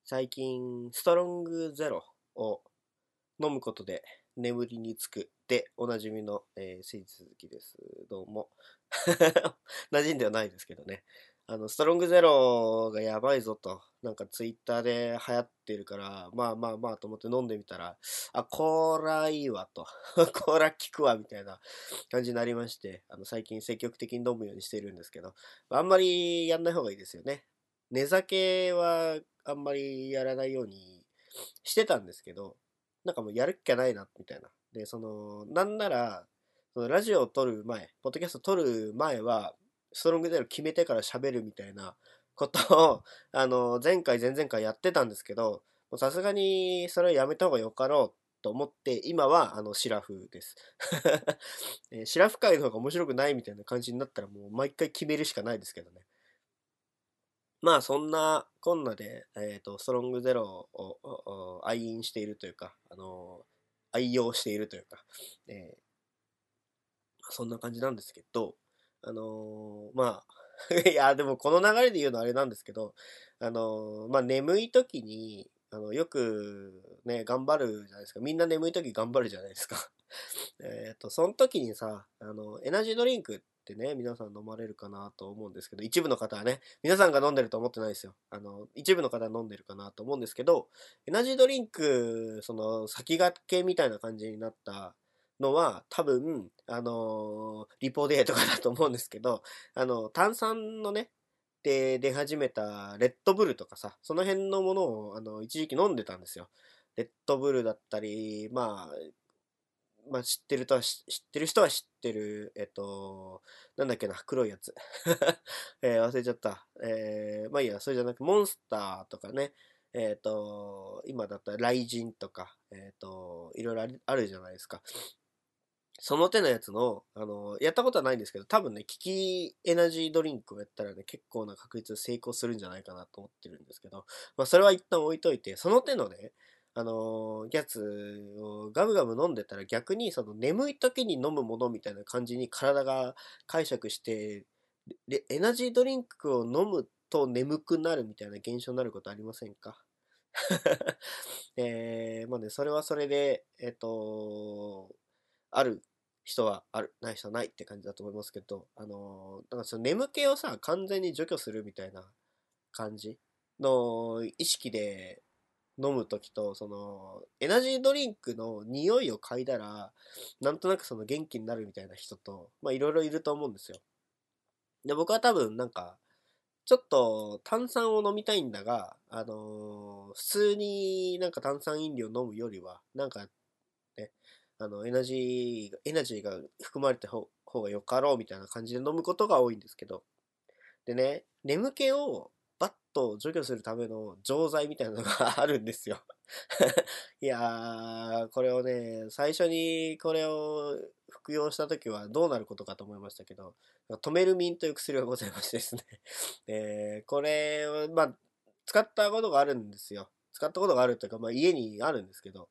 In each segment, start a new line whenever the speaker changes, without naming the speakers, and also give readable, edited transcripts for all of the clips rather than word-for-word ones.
最近、ストロングゼロを飲むことで眠りにつくでおなじみの、誠実続きです。どうも。馴染んではないですけどね。ストロングゼロがやばいぞと、なんかツイッターで流行ってるから、まあまあまあと思って飲んでみたら、あ、こらいいわと、こら効くわみたいな感じになりまして、最近積極的に飲むようにしてるんですけど、あんまりやんない方がいいですよね。寝酒はあんまりやらないようにしてたんですけど、なんかもうやるっきゃないな、みたいな。で、なんなら、そのラジオを撮る前、ポッドキャスト撮る前は、ストロングゼロ決めてから喋るみたいなことを、前回、前々回やってたんですけど、さすがにそれはやめた方がよかろうと思って、今は、シラフです。シラフ界の方が面白くないみたいな感じになったら、もう毎回決めるしかないですけどね。まあ、そんなこんなで、ストロングゼロを愛飲しているというか、愛用しているというか、えそんな感じなんですけど、まあ、いや、でもこの流れで言うのはあれなんですけど、まあ、眠い時に、よくね、頑張るじゃないですか。みんな眠い時頑張るじゃないですか。その時にさ、エナジードリンクってね、皆さん飲まれるかなと思うんですけど、一部の方はね、皆さんが飲んでると思ってないですよ。一部の方は飲んでるかなと思うんですけど、エナジードリンク、先駆けみたいな感じになったのは、多分、リポデーとかだと思うんですけど、炭酸のね、で出始めたレッドブルとかさ、その辺のものを、一時期飲んでたんですよ。レッドブルだったり、まあ、知ってる人は知ってる、なんだっけな、黒いやつ。忘れちゃった。まあいいや、それじゃなくて、モンスターとかね、今だったらライジンとか、いろいろあるじゃないですか。その手のやつの、やったことはないんですけど、多分ね、利きエナジードリンクをやったらね、結構な確率で成功するんじゃないかなと思ってるんですけど、まあ、それは一旦置いといて、その手のね、やつをガブガブ飲んでたら逆にその眠い時に飲むものみたいな感じに体が解釈して、エナジードリンクを飲むと眠くなるみたいな現象になることありませんか？まあね、それはそれで、ある人はある、ない人はないって感じだと思いますけど、だからその眠気をさ、完全に除去するみたいな感じの意識で飲むときと、エナジードリンクの匂いを嗅いだら、なんとなくその元気になるみたいな人と、まあいろいろいると思うんですよ。で、僕は多分なんか、ちょっと炭酸を飲みたいんだが、普通になんか炭酸飲料飲むよりは、なんかね、エナジーが含まれた方がよかろうみたいな感じで飲むことが多いんですけど、でね、眠気をバッと除去するための錠剤みたいなのがあるんですよ。いやー、これをね、最初にこれを服用した時はどうなることかと思いましたけど、トメルミンという薬がございましてですね。これを、まあ、使ったことがあるんですよ。使ったことがあるというか、まあ家にあるんですけど、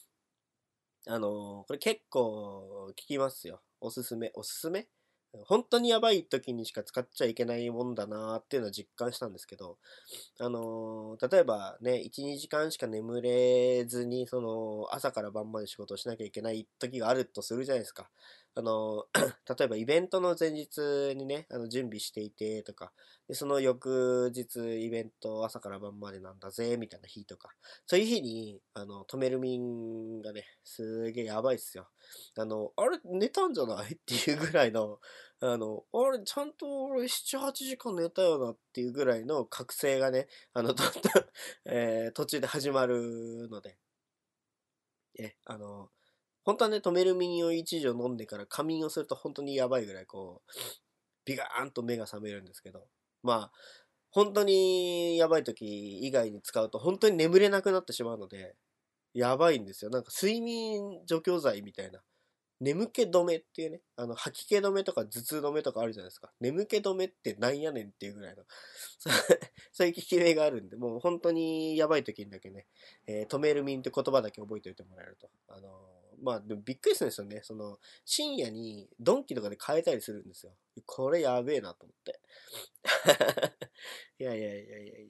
これ結構効きますよ。おすすめ。おすすめ本当にやばい時にしか使っちゃいけないもんだなーっていうのは実感したんですけど、例えばね、1、2時間しか眠れずに、朝から晩まで仕事をしなきゃいけない時があるとするじゃないですか。例えばイベントの前日にね、準備していてとか、で、その翌日イベント朝から晩までなんだぜ、みたいな日とか、そういう日に、止める便がね、すげえやばいっすよ。あれ、寝たんじゃないっていうぐらいの、あれ、ちゃんと俺7、8時間寝たよなっていうぐらいの覚醒がね、途中で始まるので、本当はね、止めるミを一錠飲んでから仮眠をすると本当にやばいぐらいこう、ビガーンと目が覚めるんですけど、まあ、本当にやばい時以外に使うと本当に眠れなくなってしまうので、やばいんですよ。なんか睡眠除去剤みたいな。眠気止めっていうね、吐き気止めとか頭痛止めとかあるじゃないですか。眠気止めってなんやねんっていうぐらいの、そそういう効き目があるんで、もう本当にやばい時にだけね、止めるみんって言葉だけ覚えておいてもらえると。まあ、でもびっくりするんですよね。深夜にドンキとかで買えたりするんですよ。これやべえなと思って。いやいやいやいやいや。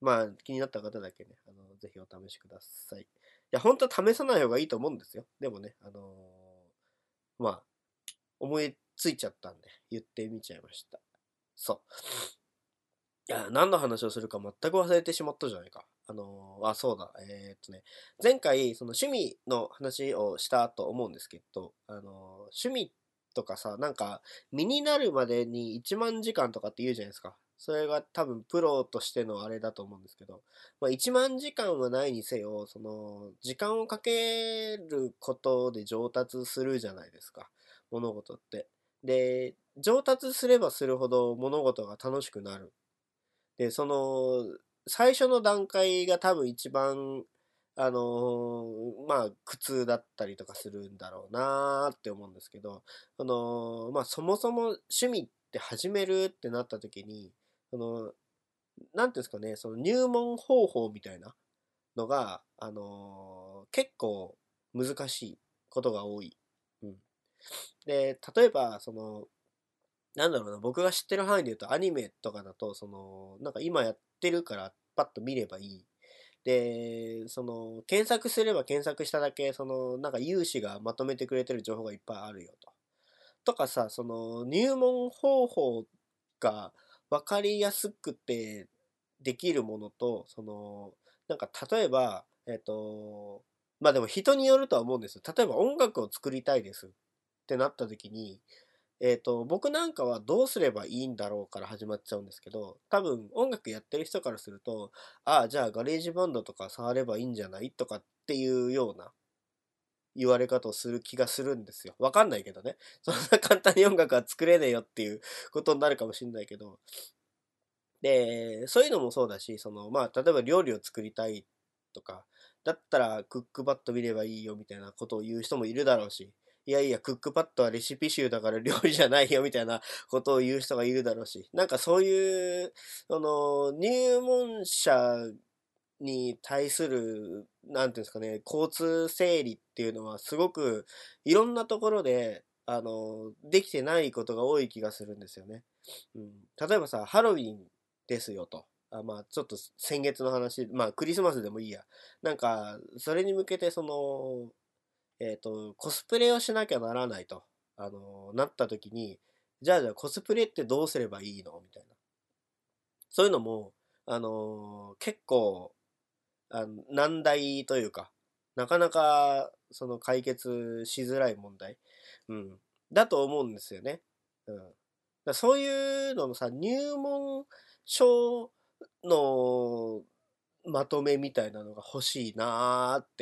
まあ気になった方だけね、ぜひお試しください。いや、本当は試さない方がいいと思うんですよ。でもね、まあ、思いついちゃったんで、言ってみちゃいました。そう。いや、何の話をするか全く忘れてしまったじゃないか。そうだ。前回、その趣味の話をしたと思うんですけど、趣味とかさ、なんか、身になるまでに1万時間とかって言うじゃないですか。それが多分プロとしてのあれだと思うんですけど、まあ、1万時間はないにせよ、その、時間をかけることで上達するじゃないですか。物事って。で、上達すればするほど物事が楽しくなる。で、その、最初の段階が多分一番、まあ、苦痛だったりとかするんだろうなーって思うんですけど、まあ、そもそも趣味って始めるってなった時に、その、なんていうんですかね、その入門方法みたいなのが、結構難しいことが多い。うん。で、例えば、その、なんだろうな、僕が知ってる範囲で言うとアニメとかだと、その、なんか今やってるからパッと見ればいい。で、その、検索すれば検索しただけ、その、なんか有志がまとめてくれてる情報がいっぱいあるよと。とかさ、その、入門方法が分かりやすくてできるものと、その、なんか例えば、まあでも人によるとは思うんですよ。例えば音楽を作りたいですってなった時に、僕なんかはどうすればいいんだろうから始まっちゃうんですけど、多分音楽やってる人からすると、ああ、じゃあガレージバンドとか触ればいいんじゃないとかっていうような言われ方をする気がするんですよ。わかんないけどね。そんな簡単に音楽は作れねえよっていうことになるかもしれないけど。で、そういうのもそうだし、その、まあ、例えば料理を作りたいとか、だったらクックパッド見ればいいよみたいなことを言う人もいるだろうし、いやいや、クックパッドはレシピ集だから料理じゃないよみたいなことを言う人がいるだろうし、なんかそういう、入門者に対する、なんていうんですかね、交通整理っていうのはすごくいろんなところで、できてないことが多い気がするんですよね。うん、例えばさ、ハロウィンですよと。まあ、ちょっと先月の話、まあ、クリスマスでもいいや。なんか、それに向けて、その、コスプレをしなきゃならないと、なった時に、じゃあコスプレってどうすればいいのみたいな。そういうのも、結構、難題というか、なかなか、その解決しづらい問題、うん、だと思うんですよね。うん。そういうののさ、入門書のまとめみたいなのが欲しいなーって。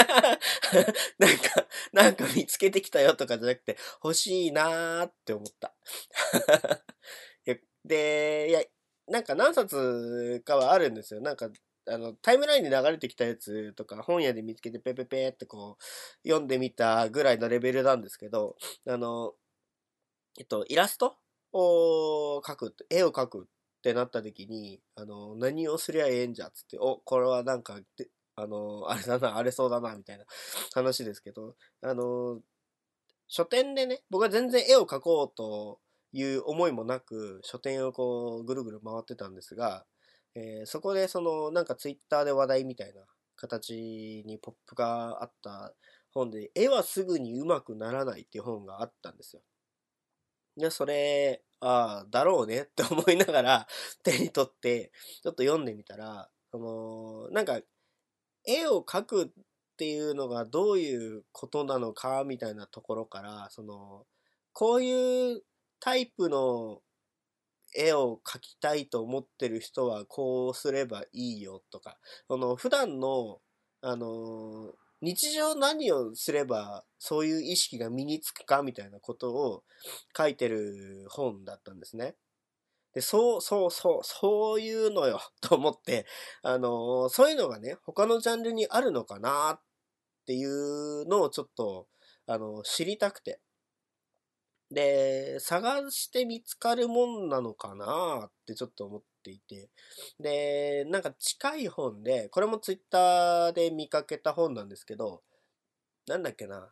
なんか見つけてきたよとかじゃなくて、欲しいなーって思った。いやで、いや、なんか何冊かはあるんですよ。なんか、タイムラインに流れてきたやつとか、本屋で見つけてペペペってこう、読んでみたぐらいのレベルなんですけど、あの、イラストを描く、絵を描くってなった時に、何をすりゃええんじゃっつって、お、これはなんか、で、あれだな、あれそうだな、みたいな話ですけど、書店でね、僕は全然絵を描こうという思いもなく、書店をこう、ぐるぐる回ってたんですが、そこでその、なんかツイッターで話題みたいな形にポップがあった本で、絵はすぐに上手くならないっていう本があったんですよ。で、それ、ああ、だろうねって思いながら手に取って、ちょっと読んでみたら、なんか、絵を描くっていうのがどういうことなのかみたいなところから、その、こういうタイプの絵を描きたいと思ってる人はこうすればいいよとか、普段の、あの、日常何をすればそういう意識が身につくかみたいなことを書いてる本だったんですね。で、そういうのよと思って、そういうのがね、他のジャンルにあるのかなっていうのをちょっと、知りたくて。で、探して見つかるもんなのかなってちょっと思っていて。で、なんか近い本で、これもツイッターで見かけた本なんですけど、なんだっけな、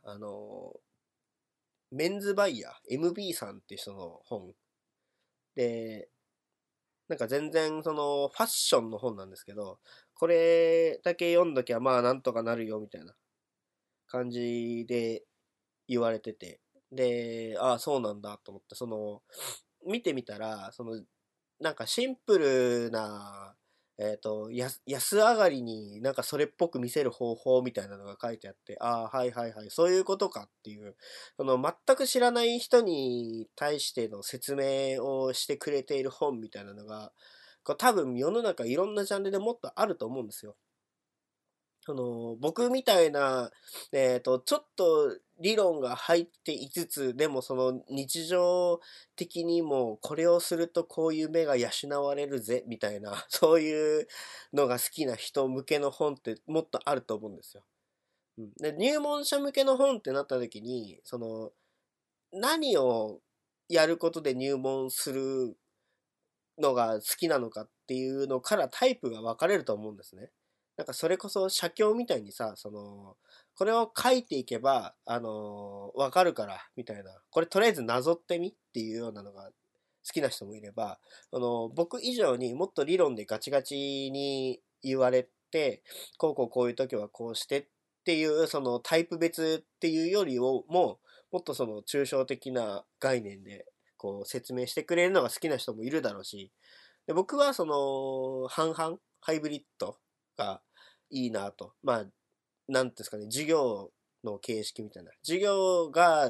メンズバイヤー、MB さんっていう人の本で、 なんか全然そのファッションの本なんですけど、これだけ読んどきゃまあなんとかなるよみたいな感じで言われてて、で、ああ、そうなんだと思って、見てみたら、なんかシンプルな、安上がりになんかそれっぽく見せる方法みたいなのが書いてあって、ああ、はいはいはい、そういうことかっていう、全く知らない人に対しての説明をしてくれている本みたいなのが、こう多分世の中いろんなジャンルでもっとあると思うんですよ。僕みたいな、ちょっと理論が入っていつつ、でもその日常的にもこれをするとこういう目が養われるぜ、みたいな、そういうのが好きな人向けの本ってもっとあると思うんですよ。うん、で、入門者向けの本ってなった時に、何をやることで入門するのが好きなのかっていうのからタイプが分かれると思うんですね。なんかそれこそ写経みたいにさ、これを書いていけば、分かるから、みたいな。これとりあえずなぞってみっていうようなのが好きな人もいれば、僕以上にもっと理論でガチガチに言われて、こういう時はこうしてっていう、そのタイプ別っていうよりも、もっとその抽象的な概念でこう説明してくれるのが好きな人もいるだろうし、で僕は半々、ハイブリッドがいいなと。まあ、なんていうんですかね、授業の形式みたいな。授業が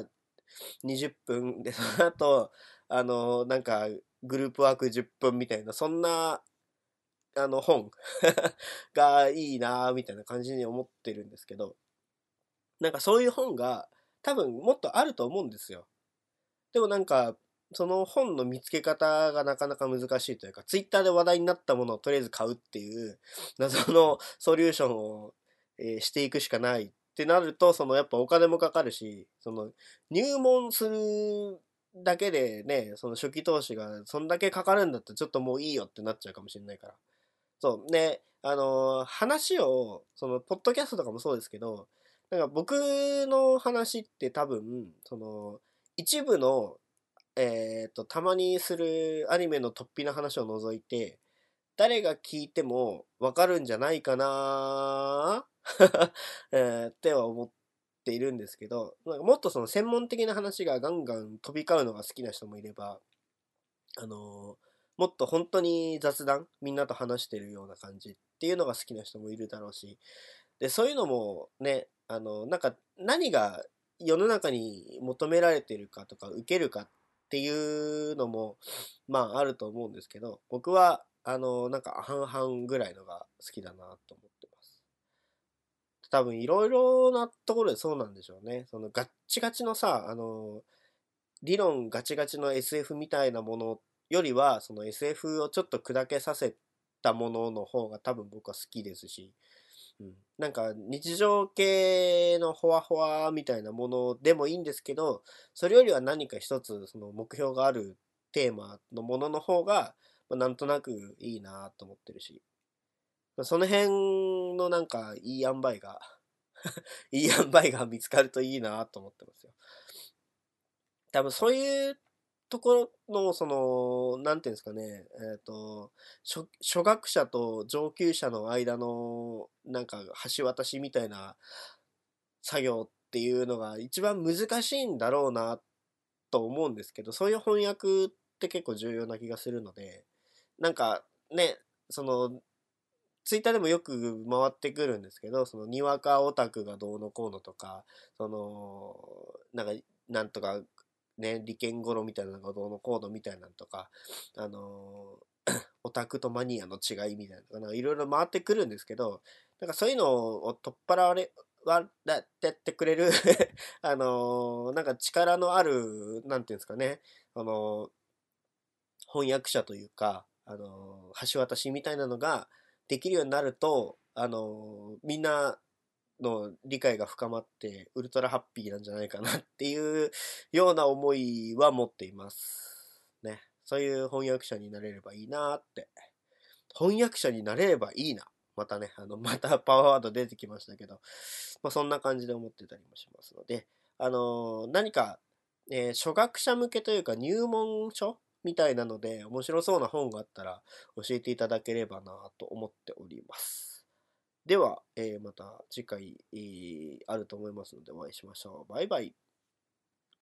20分で、その後、なんか、グループワーク10分みたいな、そんな、本がいいなみたいな感じに思ってるんですけど、なんかそういう本が多分もっとあると思うんですよ。でもなんか、その本の見つけ方がなかなか難しいというか、ツイッターで話題になったものをとりあえず買うっていう謎のソリューションを、していくしかないってなると、やっぱお金もかかるし、入門するだけでね、その初期投資がそんだけかかるんだったらちょっともういいよってなっちゃうかもしれないから。そう。で、話を、ポッドキャストとかもそうですけど、なんか僕の話って多分、一部のたまにするアニメの突飛な話を除いて、誰が聞いてもわかるんじゃないかなっては思っているんですけど、なんかもっとその専門的な話がガンガン飛び交うのが好きな人もいれば、もっと本当に雑談、みんなと話してるような感じっていうのが好きな人もいるだろうし、で、そういうのもね、なんか何が世の中に求められてるかとか受けるかっていうのも、まああると思うんですけど、僕は、なんか半々ぐらいのが好きだなと思ってます。多分いろいろなところでそうなんでしょうね。そのガッチガチのさ、理論ガチガチの SF みたいなものよりは、その SF をちょっと砕けさせたものの方が多分僕は好きですし、うん、なんか日常系のホワホワみたいなものでもいいんですけど、それよりは何か一つその目標があるテーマのものの方が、まあ、なんとなくいいなと思ってるし、その辺のなんかいい塩梅がいい塩梅が見つかるといいなと思ってますよ。多分そういうところの、なんていうんですかね、初学者と上級者の間の、なんか橋渡しみたいな作業っていうのが一番難しいんだろうなと思うんですけど、そういう翻訳って結構重要な気がするので、なんかね、ツイッターでもよく回ってくるんですけど、にわかオタクがどうのこうのとか、なんか、なんとか、ね、利権頃みたいなのがどうのこうのみたいなのとか、あのオタクとマニアの違いみたいなのがいろいろ回ってくるんですけど、なんかそういうのを取っ払われ、やってくれるなんか力のある、なんていうんですかね、翻訳者というか、橋渡しみたいなのができるようになると、みんなの理解が深まって、ウルトラハッピーなんじゃないかなっていうような思いは持っています。ね。そういう翻訳者になれればいいなって。翻訳者になれればいいな。またね、またパワーワード出てきましたけど、まあ、そんな感じで思ってたりもしますので、何か、初学者向けというか入門書みたいなので、面白そうな本があったら教えていただければなと思っております。では、また次回、あると思いますのでお会いしましょう。バイバイ。